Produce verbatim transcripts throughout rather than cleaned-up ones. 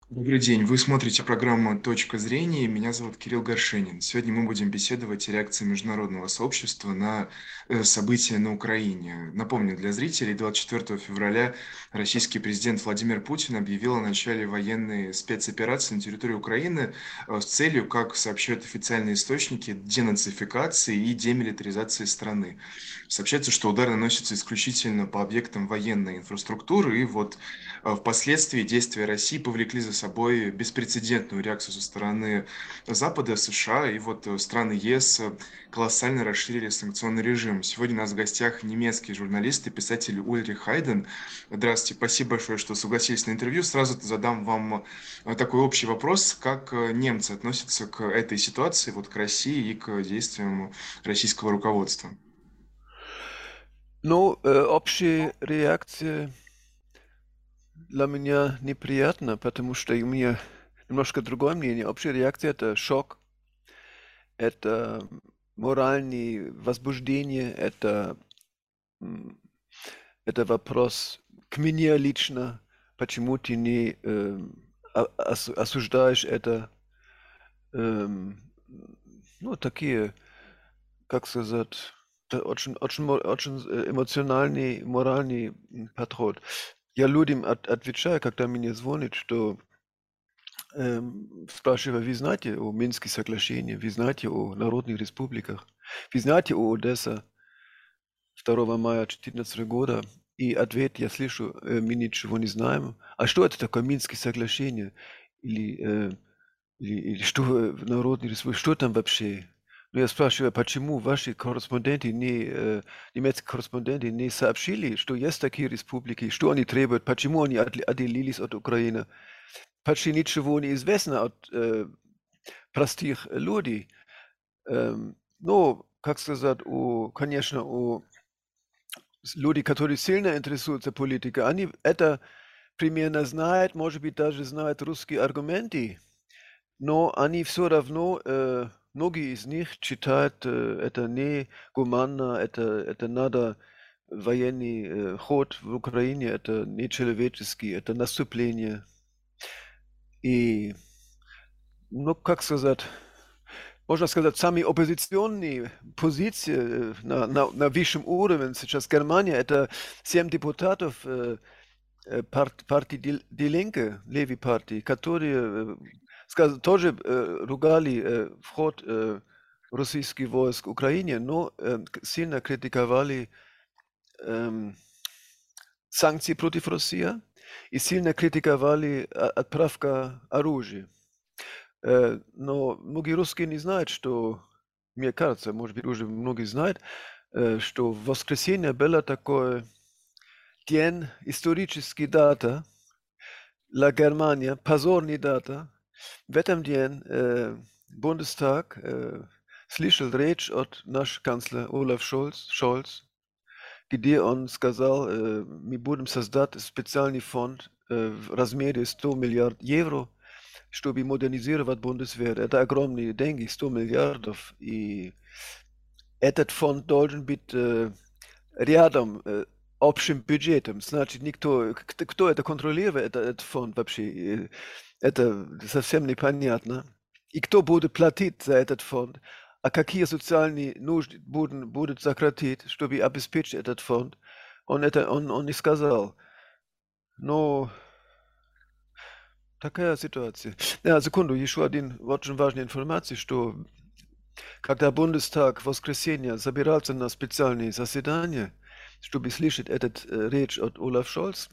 Добрый день, вы смотрите программу «Точка зрения». Меня зовут Кирилл Горшенин. Сегодня мы будем беседовать о реакции международного сообщества на э, события на Украине. Напомню для зрителей, двадцать четвёртого февраля российский президент Владимир Путин объявил о начале военной спецоперации на территории Украины э, с целью, как сообщают официальные источники, денацификации и демилитаризации страны. Сообщается, что удар наносится исключительно по объектам военной инфраструктуры, и вот а впоследствии действия России повлекли за собой беспрецедентную реакцию со стороны Запада, США, и вот э, страны ЕС э, колоссально расширили санкционный режим. Сегодня у нас в гостях немецкий журналист и писатель Ульрих Хайден. Здравствуйте, спасибо большое, что согласились на интервью. Сразу задам вам э, такой общий вопрос. Как э, немцы относятся к этой ситуации, вот к России и к действиям российского руководства? Ну, э, общая реакция для меня неприятна, потому что у меня немножко другое мнение. Общая реакция — это шок, это моральное возбуждение, это, м, это вопрос к мне лично, почему ты не эм, а- ос- осуждаешь это. эм, ну, такие, как сказать, да, очень, очень, мо- очень э, эмоциональный, моральный м, подход. Я людям от отвечаю, когда мне звонят, что, эм, спрашиваю: «Вы знаете о Минских соглашениях? Вы знаете о народных республиках? Вы знаете о Одессе второго мая две тысячи четырнадцатого года?» И ответ я слышу: «Э, мы ничего не знаем». А что это такое Минские соглашения? Или, э, или или что, э, народные республики? Что там вообще? Ну, я спрашиваю: почему ваши корреспонденты не, э, немецкие корреспонденты не сообщили, что есть такие республики, что они требуют, почему они отли отделились от Украины? Почти ничего не известно от, э, простых людей. Эм, ну, как сказать, у, конечно, у с люди, которые сильно интересуются политикой, они это примерно знают, может быть, даже знают русские аргументы, но они все равно, э, многие из них считают, э, это негуманно, это это надо военный, э, ход в Украине, это нечеловеческий, это наступление. И, ну, как сказать, можно сказать, сами оппозиционные позиции э, на, на, на высшем уровне сейчас Германия — это семь депутатов э, э, пар- партии Die, Die Linke, левой партии, которые э, сказ- тоже э, ругали э, вход э, российских войск в Украине, но э, к- сильно критиковали эм, санкции против России и сильно критиковали а, отправка оружия. Э, но многие русские не знают, что, мне кажется, может быть, уже многие знают, э, что в воскресенье была такой день, исторический дата для Германии, позорный дата. В этом день э, Bundestag э, слышал речь от нашего канцлера Олаф Шольц, Шольц, где он сказал, э, мы будем создать специальный фонд э, в размере сто миллиардов евро, чтобы модернизировать Bundeswehr. Это огромные деньги, сто миллиардов. И этот фонд должен быть э, рядом э, общим бюджетом. Значит, никто, кто, кто это контролирует, это, этот фонд вообще, э, это совсем непонятно. И кто будет платить за этот фонд? А какие социальные нужды будут, будут сократить, чтобы обеспечить этот фонд? Он это он, он не сказал. Но такая ситуация. Ja, секунду, еще один очень важная информация, что когда Бундестаг в воскресенье собирался на специальное заседание, чтобы слышать этот э, речь от Олаф Шольц,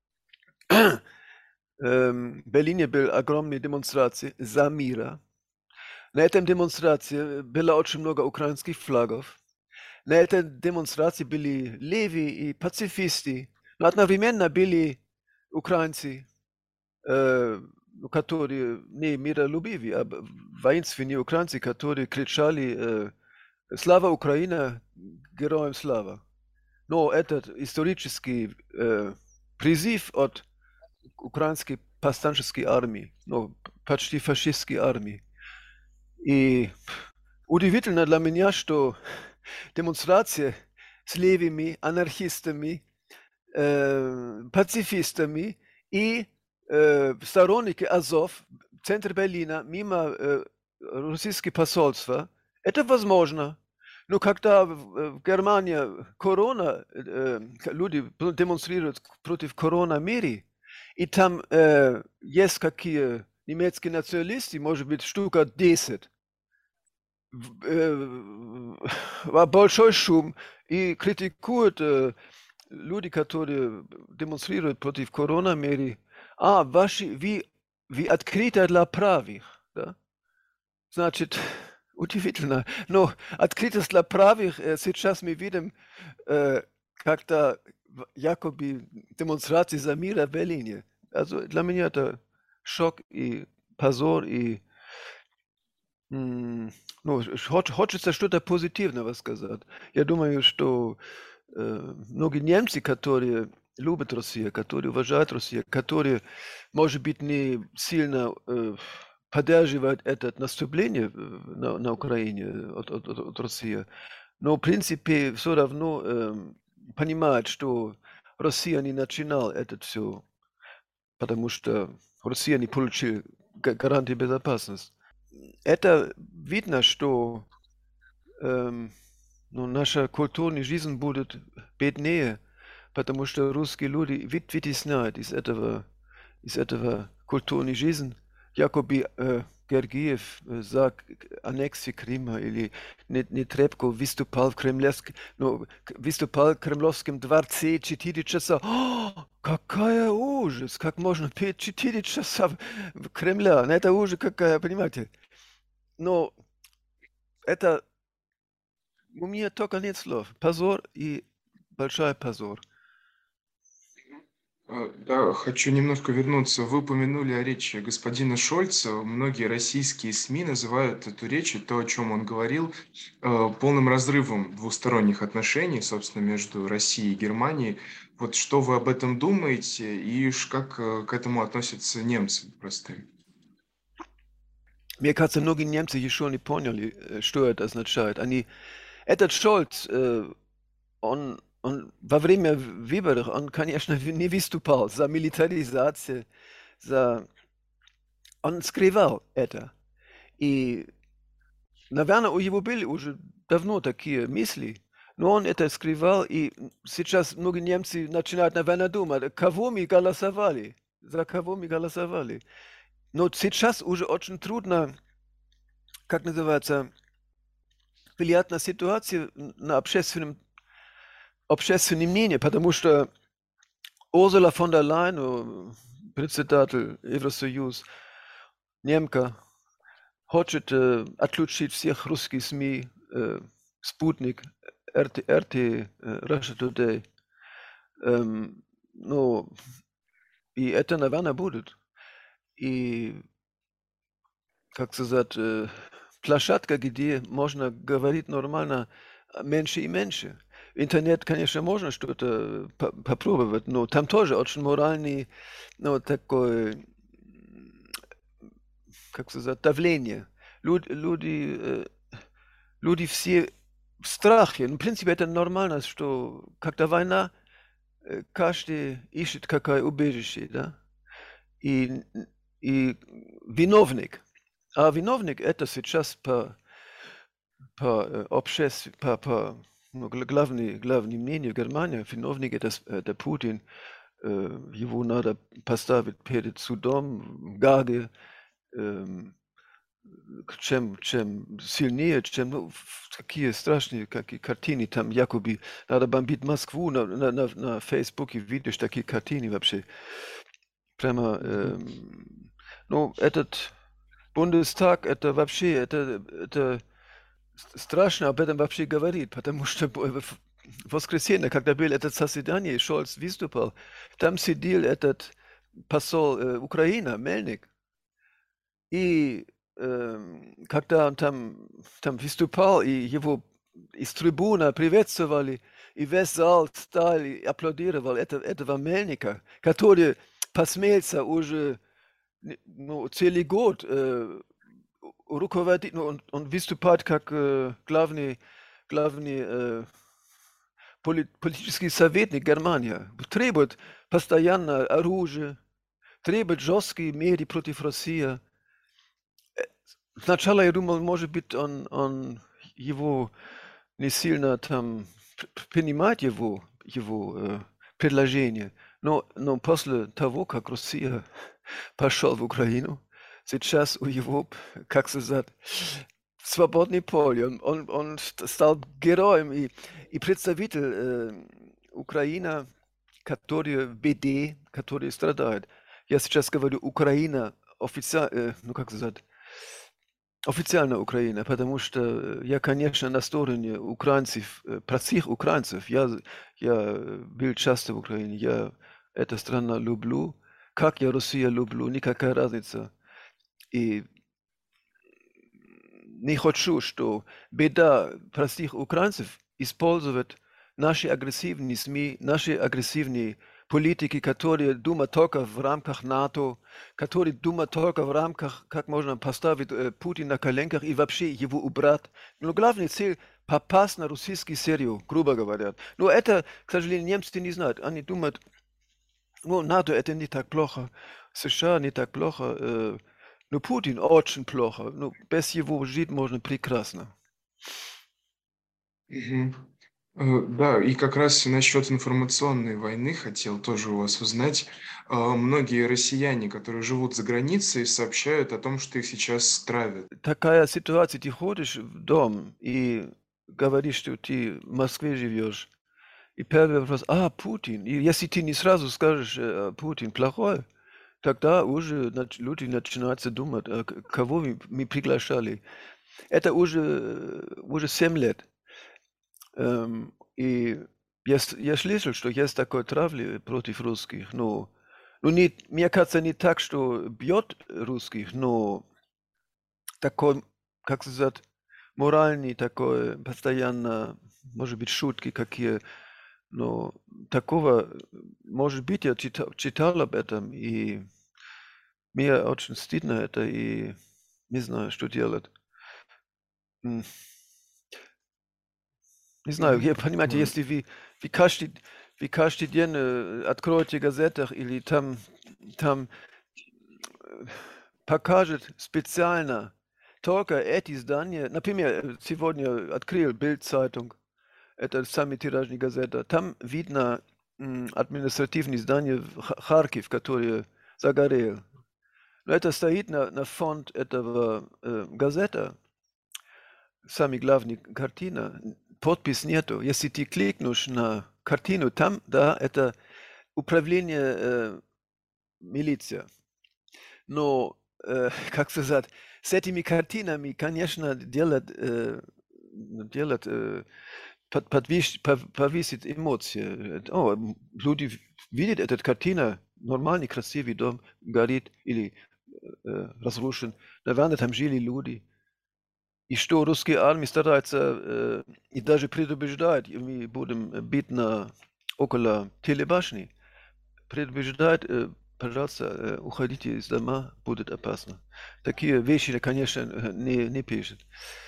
эм, в Берлине была огромная демонстрация за мира. На этой демонстрации было очень много украинских флагов. На этой демонстрации были левые и пацифисты, но одновременно были украинцы, э, которые не миролюбивые, а б- воинственные украинцы, которые кричали э, «Слава Украина! Героям слава!». Но этот исторический э, призыв от украинской повстанческой армии, ну, почти фашистской армии. И удивительно для меня, что демонстрация с левыми анархистами, э, пацифистами и э, сторонники Азов, центр Берлина, мимо э, российские посольства. Это возможно. Но когда в, в Германии корона, э, люди демонстрируют против корона мире, и там э, есть какие немецкие националисты, может быть, штука десять, в- э, в- большой шум и критикуют э, люди, которые демонстрируют против корона мире. А, ваши, вы, вы открыты для правых, да? Значит, удивительно. Но открытость для правых э, сейчас мы видим э, как-то в- якобы демонстрации за мир в Берлине. Also для меня это шок и позор, и м, ну, ш- хоч- хочется что-то позитивного сказать. Я думаю, что э, многие немцы, которые любят Россию, которые уважают Россию, которые, может быть, не сильно э, поддерживают это наступление э, на, на Украине от, от- от- от России, но, в принципе, все равно эм, понимают, что Россия не начинала это все, потому что Россия не получила га- гарантии безопасности. Это видно, что эм, ну, наша культурная жизнь будет беднее, потому что русские люди вит- вытесняют из этого, из этого культурной жизни. Якобы э, Гергиев э, за к- аннексию Крыма или не, не Трепко выступал в Кремлевском, ну, к- выступал в Кремлевском дворце четыре часа. О, какая ужас! Как можно петь четыре часа в в Кремля? Ну, это ужас какая, понимаете? Но это у меня только нет слов. Позор и большой позор. А, Да, хочу немножко вернуться. Вы упомянули о речи господина Шольца. Многие российские СМИ называют эту речь и то, о чем он говорил, э, полным разрывом двусторонних отношений, собственно, между Россией и Германией. Вот что вы об этом думаете и ш- как э, к этому относятся немцы простые? Мне кажется, многие немцы еще не поняли, э, что это означает. Они, этот Scholz, э, он, он во время выборов, он, конечно, не выступал за милитаризацию, за... он скрывал это. И, наверное, у него были уже давно такие мысли, но он это скрывал, и сейчас многие немцы начинают, наверное, думать, кого мы голосовали, за кого мы голосовали. Но сейчас уже очень трудно, как называется, влиять на ситуацию, на общественном, общественное мнение, потому что Ursula von der Leyen, э, председатель Евросоюз, немка, хочет э, отключить всех русских СМИ, э, Спутник, РТ, РТ, э, Russia Today. Эм, ну, и это, наверное, будет. И, как сказать, э, площадка, где можно говорить нормально э, меньше и меньше. Интернет, конечно, можно что-то по- попробовать, но там тоже очень моральный, ну, такой, м, как сказать, давление. Люд- Люди, э, люди все в страхе. Ну, в принципе, это нормально, что когда война, э, каждый ищет какое убежище, да? И, и виновник. А виновник это сейчас по, по э, обществу, по, по ну, гла- главный, главное мнение в Германии, виновник это, с- это Путин. Э, Его надо поставить перед судом в Гаге. эм, чем, чем сильнее, чем ну, в- такие страшные какие картины там якобы надо бомбить Москву на, на, на, на Фейсбуке видишь такие картины вообще прямо эм, ну этот Bundestag это вообще это это ст- страшно об этом вообще говорить, потому что б- в в воскресенье, когда был этот заседание, Шольц выступал, там сидел этот посол э, Украины, Мельник, и эм, когда он там, там выступал, и его из трибуны приветствовали, и весь зал стал и аплодировал это, этого Мельника, который посмеется уже не- ну, целый год э, руководить, ну, он, он выступает как э, главный, главный э, поли- политический советник Германии, требует постоянно оружие, требует жесткие меры против России. Сначала я думал, может быть, он, он его не сильно там принимает его, его э, предложение. Но, но после того, как Россия пошел в Украину, сейчас у его, как сказать, свободное поле. Он, он, он стал героем и, и представитель э, Украины, который в беде, который страдает. Я сейчас говорю Украина, официально, э, ну как сказать, официально Украина, потому что я, конечно, на стороне украинцев, простых украинцев. Я, я был часто в Украине, я эту страну люблю. Как я Россию люблю, никакая разница. И не хочу, что беда простых украинцев использует наши агрессивные СМИ, наши агрессивные политики, которые думают только в рамках НАТО, которые думают только в рамках, как можно поставить э, Путина на коленках и вообще его убрать. Но главная цель — попасть на российский серию, грубо говоря. Но это, к сожалению, немцы не знают. Они думают, ну, НАТО — это не так плохо, США не так плохо, э, но Путин очень плохо. Ну, без его жить можно прекрасно. Мгм. Э, Да, и как раз насчет информационной войны хотел тоже у вас узнать. А, Многие россияне, которые живут за границей, сообщают о том, что их сейчас травят. Такая ситуация, ты ходишь в дом и говоришь, что ты в Москве живешь. И первый вопрос, а, Путин. И если ты не сразу скажешь, э, Путин плохой, тогда уже нач- люди начинают думать, а к- кого мы, мы приглашали. Это уже, э, уже семь лет. Эм, и я, с- я слышал, что есть такой травли против русских. Но, ну, не, мне кажется, не так, что бьет русских, но такой, как сказать, моральный такой, постоянно, может быть, шутки какие, но такого, может быть, я читал, читал об этом, и мне очень стыдно это, и не знаю, что делать. М, Не знаю, Мгм. я, понимаете, Ой, если вы, вы каждый, вы каждый день э, откроете газетах или там, там э, покажет специально только эти издания. Например, э, сегодня открыл Bild-Zeitung, это самая тиражная газета. Там видно м, административное здание в Ха- Харьков, которое загорел. Но это стоит на, на фонд этого э, газета, самая главная картина. Подпись нету. Если ты кликнешь на картину, там, да, это управление э, милиция. Но, э, как сказать, с этими картинами, конечно, делать, э, делать э, под- подвис- пов- повысить эмоции. Э, О, м, люди в- видят эту картину, нормальный, красивый дом горит или э, разрушен. Наверное, там жили люди. И что русские армии стараются э, и даже предупреждают, и мы будем бить на около телебашни, предупреждают, э, пожалуйста, э, уходите из дома, будет опасно. Такие вещи, конечно, э, не, не пишут.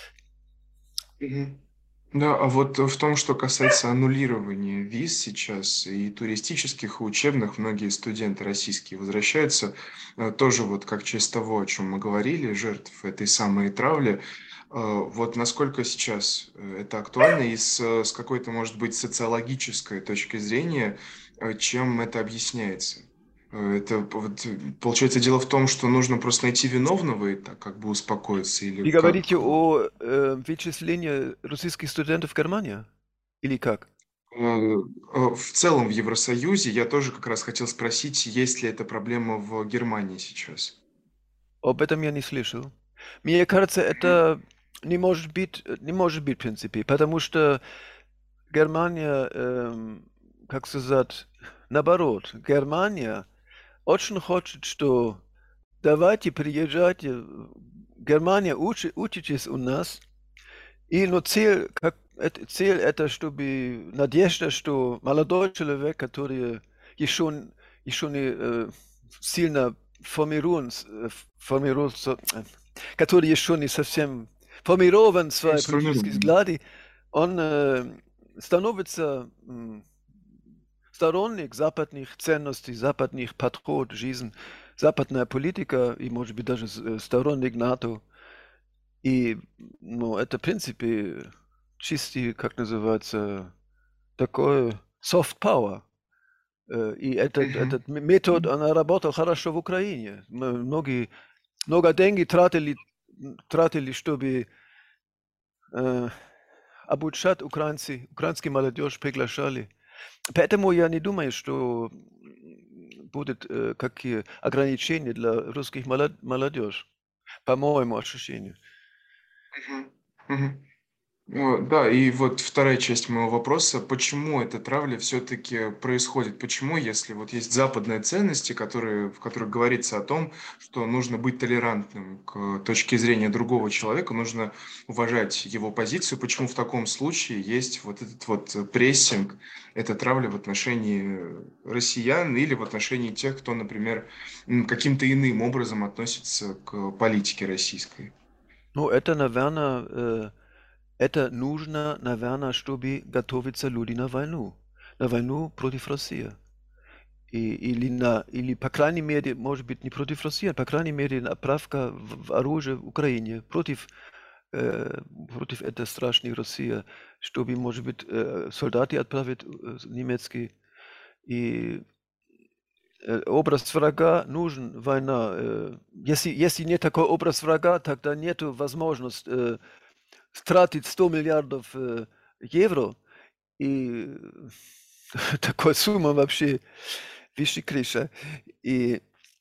мгм. Да, а вот в том, что касается аннулирования виз сейчас и туристических, и учебных, многие студенты российские возвращаются э, тоже вот как часть того, о чем мы говорили, жертв этой самой травли. Э, Вот насколько сейчас э, это актуально и с, с какой-то, может быть, социологической точки зрения, э, чем это объясняется? Э, Это п- вот, э, получается дело в том, что нужно просто найти виновного и так как бы успокоиться, или Вы говорите как? о э, вычислении российских студентов в Германии? Или как? Э, э, В целом в Евросоюзе я тоже как раз хотел спросить, есть ли эта проблема в Германии сейчас? Об этом я не слышал. Мне кажется, Мгм. это не может быть, э, не может быть в принципе, потому что Германия, эм, как сказать, наоборот, Германия очень хочет, что давайте приезжайте, в Германия, учи, учитесь у нас, и но цель, как, это, цель это, чтобы надежда, что молодой человек, который еще, еще не э, сильно формируен, с- э, формируется, э, который еще не совсем формирован Ну, свои политические сформировано. взгляды, он э, становится м, сторонник западных ценностей, западных подходов жизни, западная политика и, может быть, даже сторонник НАТО. И, ну, это, в принципе, чистый, как называется, такой soft power. И этот, Мгм. этот метод, она работал хорошо в Украине. Многие, много денег тратили, тратили, чтобы э, обучать украинцы, украинскую молодежь приглашали. Поэтому я не думаю, что будут э, какие ограничения для русских молод- молодежи, по моему ощущению. Мгм. Мгм. Э, Да, и вот вторая часть моего вопроса. Почему эта травля все-таки происходит? Почему, если вот есть западные ценности, которые, в которых говорится о том, что нужно быть толерантным к точке зрения другого человека, нужно уважать его позицию, почему в таком случае есть вот этот вот э, прессинг, эта травля в отношении э, россиян или в отношении тех, кто, например, м, каким-то иным образом относится к политике российской? Ну, это, наверное, э, это нужно, наверное, чтобы готовиться люди на войну. На войну против России. И, или, на, или, по крайней мере, может быть, не против России, а по крайней мере, отправка в, в оружие в Украине против, э, против этой страшной России, чтобы, может быть, э, солдаты отправить э, немецкие. И э, образ врага нужен, война. Э, если, если нет такой образ врага, тогда нет возможности э, тратить сто миллиардов э, евро, и такая сумма вообще выше крыша. И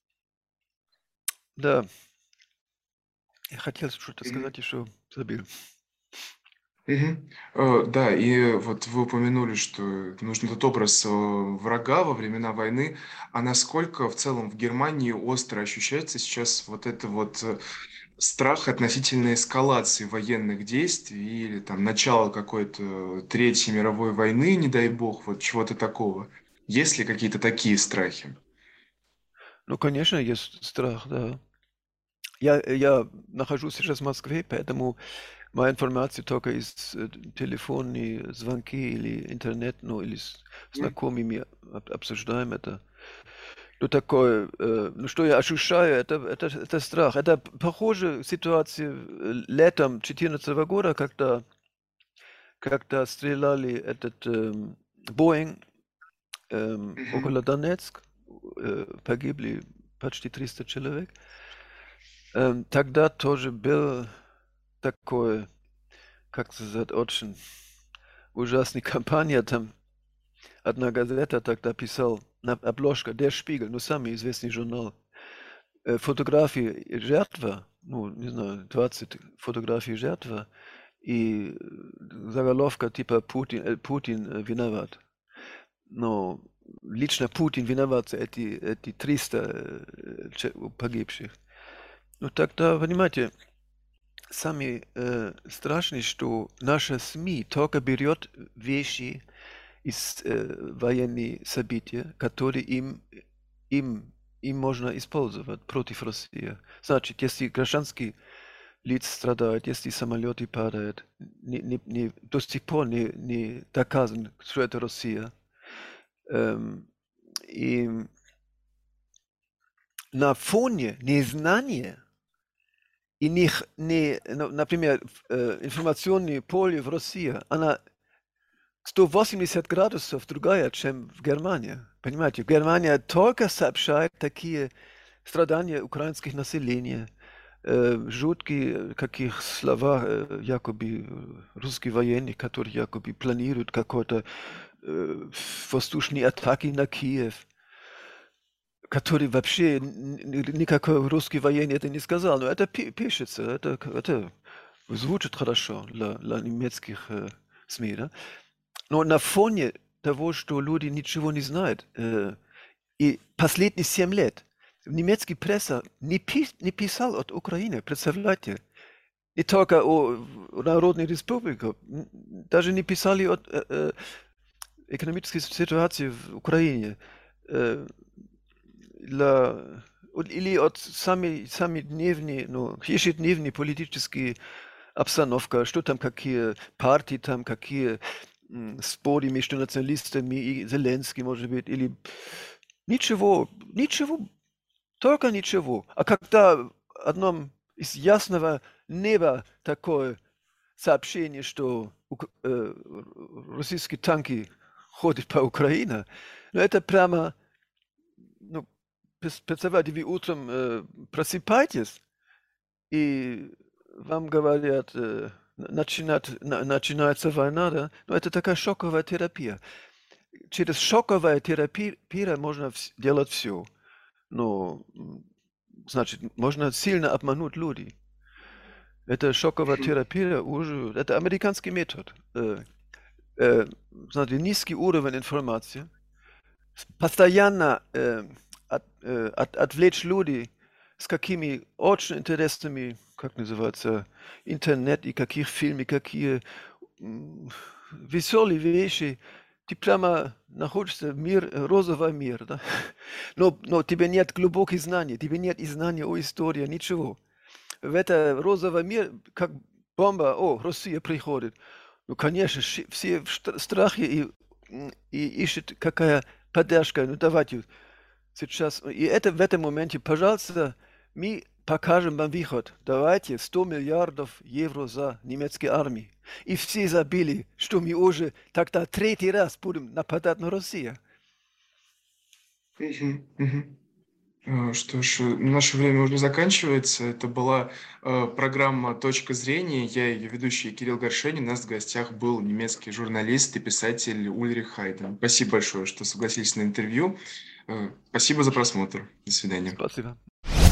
да, я хотел что-то сказать еще, забыл. Мгм. Э, да, и вот вы упомянули, что нужен этот образ, э, врага во времена войны. А насколько в целом в Германии остро ощущается сейчас вот это вот, э, страх относительно эскалации военных действий или там начала какой-то Третьей мировой войны, не дай бог, вот чего-то такого? Есть ли какие-то такие страхи? Ну, конечно, есть страх, да. Я, я нахожусь сейчас в Москве, поэтому моя информация только из э, телефонные звонки или интернет, ну, или с М, знакомыми об- обсуждаем это. Ну, такое, э, ну, что я ощущаю, это, это, это страх. Это похоже ситуации э, летом две тысячи четырнадцатого года, когда, когда стреляли этот эм, Боинг эм, мгм, около Донецк, э, погибли почти триста человек. Эм, тогда тоже был такой, как сказать, очень ужасная кампания. Там одна газета тогда писал на обложке «Der Spiegel», ну, самый известный журнал, э, фотографии жертвы, ну, не знаю, двадцать фотографий жертвы, и э, заголовка типа «Путин, э, Путин э, виноват». Но лично Путин виноват за эти, эти триста э, че- погибших. Ну, тогда, понимаете, самое э, страшное, что наша СМИ только берет вещи из э, военных событий, которые им, им, им можно использовать против России. Значит, если гражданский лиц страдают, если самолеты падают, не, не, не, до сих пор не, не доказано, что это Россия. Эм, и на фоне незнания и не, не, ну, например, э, информационное поле в России, она сто восемьдесят градусов другая, чем в Германии. Понимаете, Германия только сообщает такие страдания украинских населения, э, жуткие каких слова э, якобы э, русские военные, которые якобы планируют какой-то э, воздушные атаки на Киев, который вообще н- н- никакой русский военный это не сказал, но это пи- пишется, это, это звучит хорошо для, для немецких э, СМИ, да? Но на фоне того, что люди ничего не знают, э, и последние семь лет немецкий пресса не, пис, не писал от Украины, представляете? Не только о Народной Республике, м, даже не писали от э, э, экономической ситуации в Украине. Э, для, от- или от сами, сами дневные, ну, ежедневные политические обстановка, что там, какие партии там, какие м, споре между националистами и Зеленским, может быть, или ничего, ничего, только ничего. А когда в одном из ясного неба такое сообщение, что ук- э, р- российские танки ходят по Украине, ну это прямо, ну, пес- представляете, вы утром э, просыпаетесь, и вам говорят, э, начинать, на- начинается война, да? Ну, это такая шоковая терапия. Через шоковую терапию можно вс- делать все. Ну, м, значит, можно сильно обмануть людей. Это шоковая Мгм. терапия уже, это американский метод. Э, э, Знаете, низкий уровень информации, с- постоянно э, от- э, от- отвлечь людей с какими очень интересными, как называется, интернет и каких фильмы, какие м, веселые вещи. Ты прямо находишься в мир, э, розовый мир, да? Но, но тебе нет глубоких знаний, тебе нет и знаний о истории, ничего. В это розовый мир, как бомба, о, Россия приходит. Ну, конечно, ши- все в штра- страхе и, м, и ищут, какая поддержка. Ну, давайте сейчас. И это в этом моменте, пожалуйста, мы покажем вам выход. Давайте сто миллиардов евро за немецкие армии. И все забили, что мы уже тогда третий раз будем нападать на Россию. Мгм. Мгм. Э, Что ж, э, наше время уже заканчивается. Это была э, программа «Точка зрения». Я ее ведущий Кирилл Горшенин. У нас в гостях был немецкий журналист и писатель Ульрих Хайден. Спасибо большое, что согласились на интервью. Э, Спасибо за просмотр. До свидания. Спасибо.